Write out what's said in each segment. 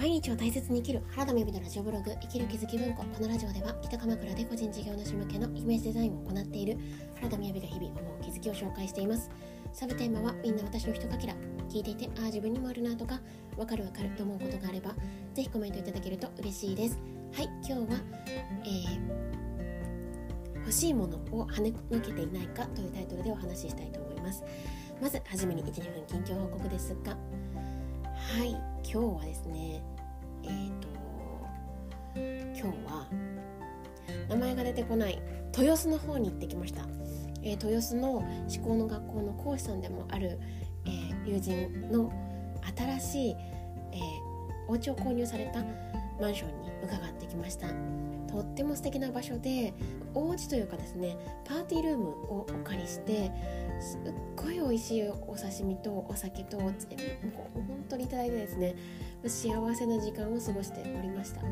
毎日を大切に生きる原田美美のラジオブログ生きる気づき文庫。このラジオでは北鎌倉で個人事業主向けのイメージデザインを行っている原田美美が日々思う気づきを紹介しています。サブテーマはみんな私のひとかけら。聞いていて自分にもあるなとかわかると思うことがあればぜひコメントいただけると嬉しいです。はい、今日は、欲しいものを跳ねのけていないかというタイトルでお話ししたいと思います。まずはじめに 1,2 分近況報告ですが、はい、今日はですね今日は名前が出てこない豊洲の方に行ってきました。豊洲の思考の学校の講師さんでもある、友人の新しい、お家を購入されたマンションに伺ってきました。とっても素敵な場所で、お家というかですね、パーティールームをお借りしてすっごい美味しいお刺身とお酒と本当にいただいてですね、幸せな時間を過ごしておりました。はい。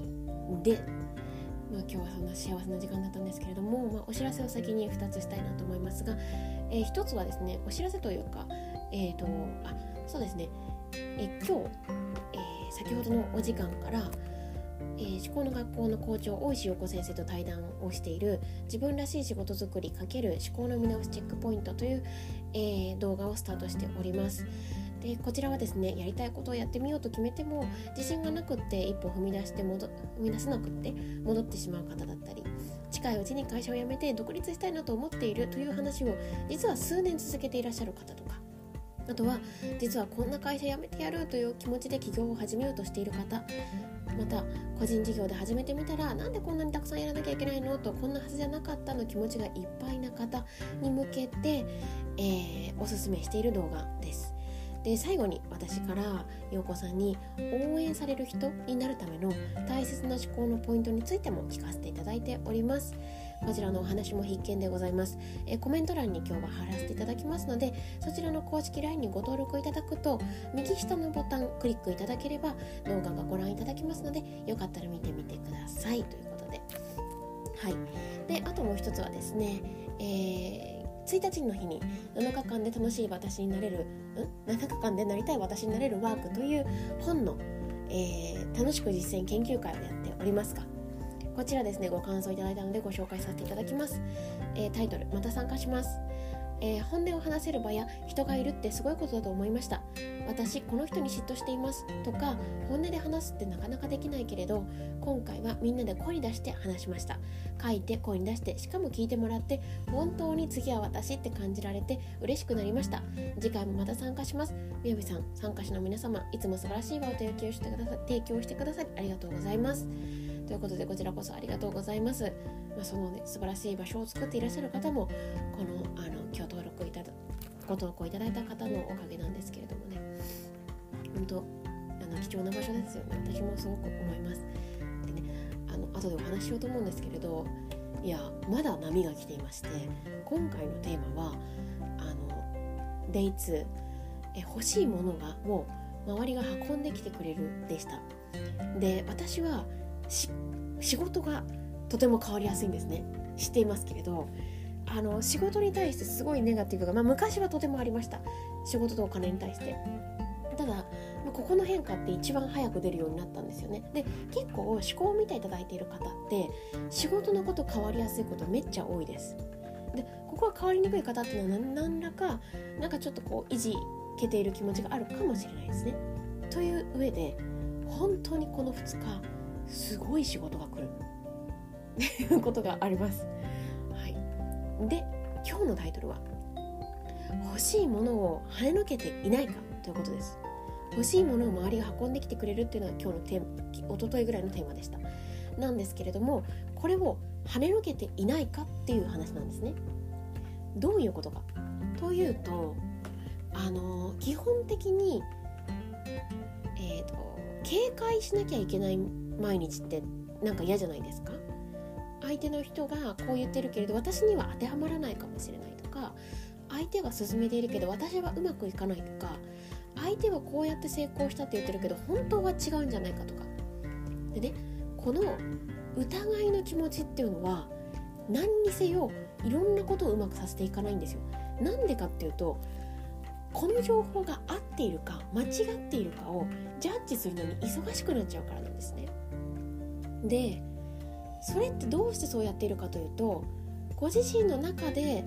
で、今日はそんな幸せな時間だったんですけれども、お知らせを先に2つしたいなと思いますが、1つはですね、お知らせというか、そうですね、今日、先ほどのお時間から思考の学校の校長大石陽子先生と対談をしている自分らしい仕事作り×思考の見直しチェックポイントという、動画をスタートしております。でこちらはですね、やりたいことをやってみようと決めても自信がなくって一歩踏み出せなくって戻ってしまう方だったり、近いうちに会社を辞めて独立したいなと思っているという話を実は数年続けていらっしゃる方とか、あとは実はこんな会社辞めてやるという気持ちで起業を始めようとしている方、また個人事業で始めてみたらなんでこんなにたくさんやらなきゃいけないのと、こんなはずじゃなかったの気持ちがいっぱいな方に向けて、おすすめしている動画です。で最後に私から陽子さんに応援される人になるための大切な思考のポイントについても聞かせていただいております。こちらのお話も必見でございます。コメント欄に今日は貼らせていただきますので、そちらの公式 LINE にご登録いただくと右下のボタンクリックいただければ動画がご覧いただけますので、よかったら見てみてくださいということで、はい。であともう一つはですね、1日の日に7日間で楽しい私になれる7日間でなりたい私になれるワークという本の、楽しく実践研究会をやっておりますが、こちらですね、ご感想いただいたのでご紹介させていただきます。タイトル、また参加します。本音を話せる場や人がいるってすごいことだと思いました。私この人に嫉妬していますとか、本音で話すってなかなかできないけれど、今回はみんなで声に出して話しました。書いて声に出して、しかも聞いてもらって、本当に次は私って感じられて嬉しくなりました。次回もまた参加します。みやびさん、参加者の皆様、いつも素晴らしい場を提供してくださりありがとうございます。ということで、こちらこそありがとうございます。そのね、素晴らしい場所を作っていらっしゃる方も今日ご投稿いただいた方のおかげなんですけれどもね、本当貴重な場所ですよね。私もすごく思います。でね、後でお話ししようと思うんですけれど、いやまだ波が来ていまして、今回のテーマはデイ2、欲しいものがもう周りが運んできてくれるでした。で私は仕事がとても変わりやすいんですね。知っていますけれど、仕事に対してすごいネガティブが、昔はとてもありました。仕事とお金に対して。ただここの変化って一番早く出るようになったんですよね。で結構思考を見ていただいている方って仕事のこと変わりやすいことめっちゃ多いです。でここは変わりにくい方っていうのは何らかちょっといじけている気持ちがあるかもしれないですね。という上で本当にこの2日すごい仕事が来るっていうことがあります。はい。で今日のタイトルは欲しいものを跳ねのけていないかということです。欲しいものを周りが運んできてくれるっていうのが今日の一昨日ぐらいのテーマでした。なんですけれども、これを跳ねのけていないかっていう話なんですね。どういうことかというと、基本的に、警戒しなきゃいけない毎日ってなんか嫌じゃないですか。相手の人がこう言ってるけれど私には当てはまらないかもしれないとか、相手が進めているけど私はうまくいかないとか、相手はこうやって成功したって言ってるけど本当は違うんじゃないかとかでね、この疑いの気持ちっていうのは何にせよいろんなことをうまくさせていかないんですよ。なんでかっていうと、 この情報が合っているか間違っているかをジャッジするのに忙しくなっちゃうからなんですね。で、それってどうしてそうやっているかというと、ご自身の中で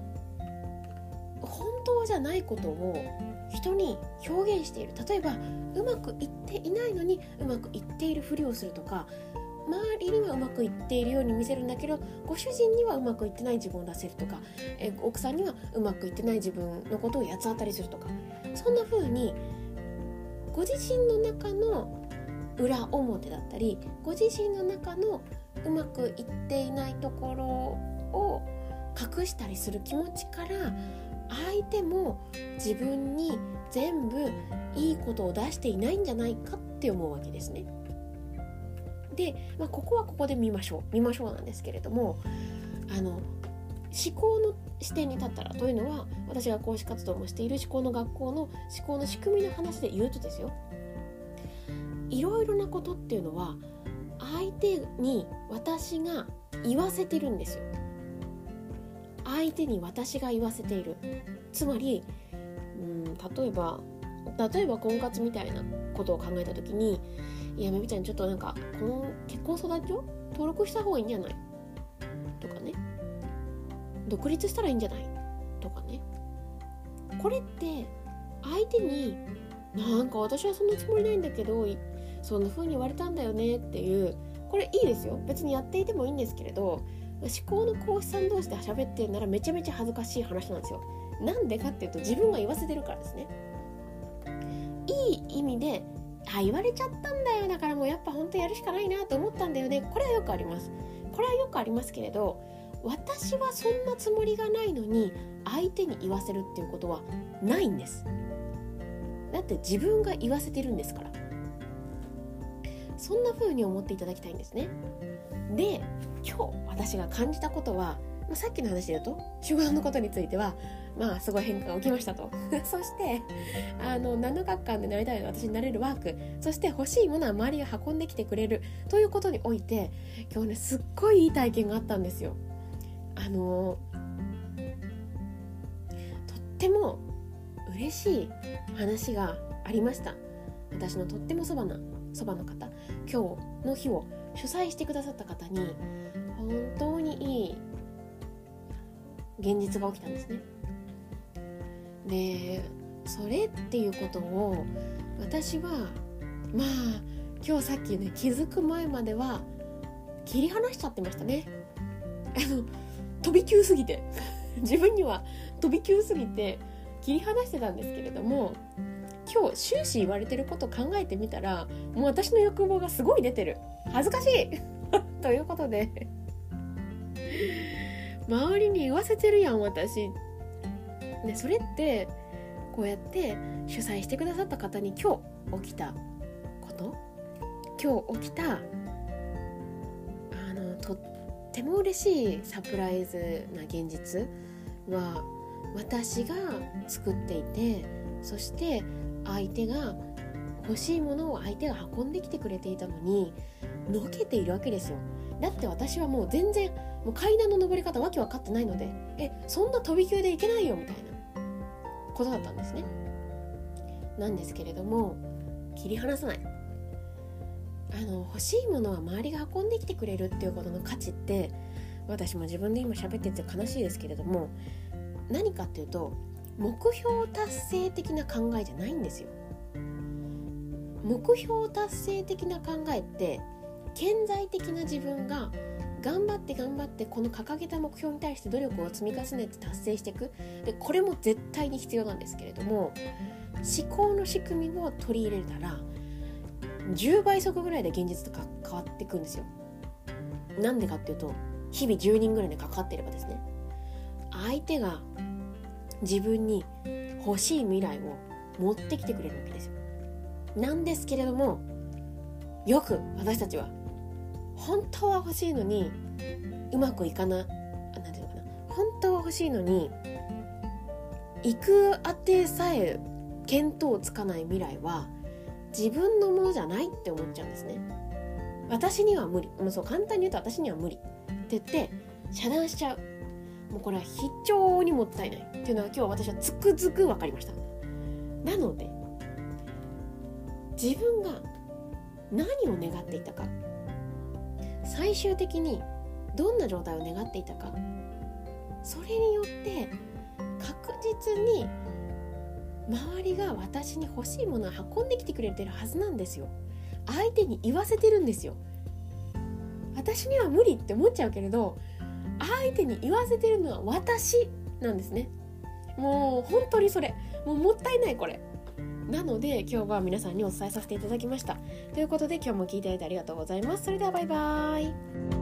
本当じゃないことを人に表現している。例えばうまくいっていないのにうまくいっているふりをするとか、周りにはうまくいっているように見せるんだけど、ご主人にはうまくいってない自分を出せるとか、奥さんにはうまくいってない自分のことを八つ当たりするとか、そんな風にご自身の中の裏表だったり、ご自身の中のうまくいっていないところを隠したりする気持ちから、相手も自分に全部いいことを出していないんじゃないかって思うわけですね。で、ここはここで見ましょうなんですけれども、思考の視点に立ったら、というのは私が講師活動もしている思考の学校の思考の仕組みの話で言うとですよ、いろいろなことっていうのは相手に私が言わせてるんですよ。相手に私が言わせている。つまり例えば婚活みたいなことを考えたときに、いやめびちゃん、ちょっとなんかこの結婚相談所登録した方がいいんじゃないとかね、独立したらいいんじゃないとかね。これって相手になんか私はそんなつもりないんだけどそんな風に言われたんだよねっていう、これいいですよ、別にやっていてもいいんですけれど、思考の講師さん同士で喋ってるならめちゃめちゃ恥ずかしい話なんですよ。なんでかっていうと、自分が言わせてるからですね。いい意味で言われちゃったんだよ、だからもうやっぱ本当やるしかないなと思ったんだよね。これはよくありますけれど、私はそんなつもりがないのに相手に言わせるっていうことはないんです。だって自分が言わせてるんですから。そんな風に思っていただきたいんですね。で、今日私が感じたことは、さっきの話で言うと主眼のことについてはすごい変化が起きましたとそして7日間でなりたい私になれるワーク、そして欲しいものは周りが運んできてくれるということにおいて、今日ねすっごいいい体験があったんですよ。とっても嬉しい話がありました。私のとってもそばの方、今日の日を主催してくださった方に本当にいい現実が起きたんですね。で、それっていうことを私は今日さっきね気づく前までは切り離しちゃってましたね。飛び級すぎて自分には飛び級すぎて切り離してたんですけれども、今日終始言われてることを考えてみたら、もう私の欲望がすごい出てる、恥ずかしいということで周りに言わせてるやん私、ね、それってこうやって主催してくださった方に今日起きたとっても嬉しいサプライズな現実は、私が作っていて、そして相手が欲しいものを相手が運んできてくれていたのにのけているわけですよ。だって私はもう全然階段の登り方わけ分かってないので、そんな飛び級でいけないよみたいなことだったんですね。なんですけれども、切り離さない。欲しいものは周りが運んできてくれるっていうことの価値って、私も自分で今喋ってて悲しいですけれども、何かっていうと目標達成的な考えじゃないんですよ。目標達成的な考えって顕在的な自分が頑張ってこの掲げた目標に対して努力を積み重ねて達成していく。でこれも絶対に必要なんですけれども、思考の仕組みを取り入れたら10倍速ぐらいで現実とか変わっていくんですよ。なんでかっていうと、日々10人ぐらいで関わっていればですね、相手が自分に欲しい未来を持ってきてくれるわけですよ。なんですけれども、よく私たちは本当は欲しいのにうまくいかな、なんていうのかな、本当は欲しいのに行く当てさえ見当つかない未来は自分のものじゃないって思っちゃうんですね。私には無理、そう簡単に言うと私には無理って言って遮断しちゃう。もうこれは非常にもったいないっていうのは今日私はつくづく分かりました。 なので自分が何を願っていたか、最終的にどんな状態を願っていたか、それによって確実に周りが私に欲しいものを運んできてくれてるはずなんですよ。相手に言わせてるんですよ。私には無理って思っちゃうけれど、相手に言わせてるのは私なんですね。もう本当にそれ、もうもったいないこれ。なので今日は皆さんにお伝えさせていただきました。ということで今日も聞いていただいてありがとうございます。それではバイバーイ。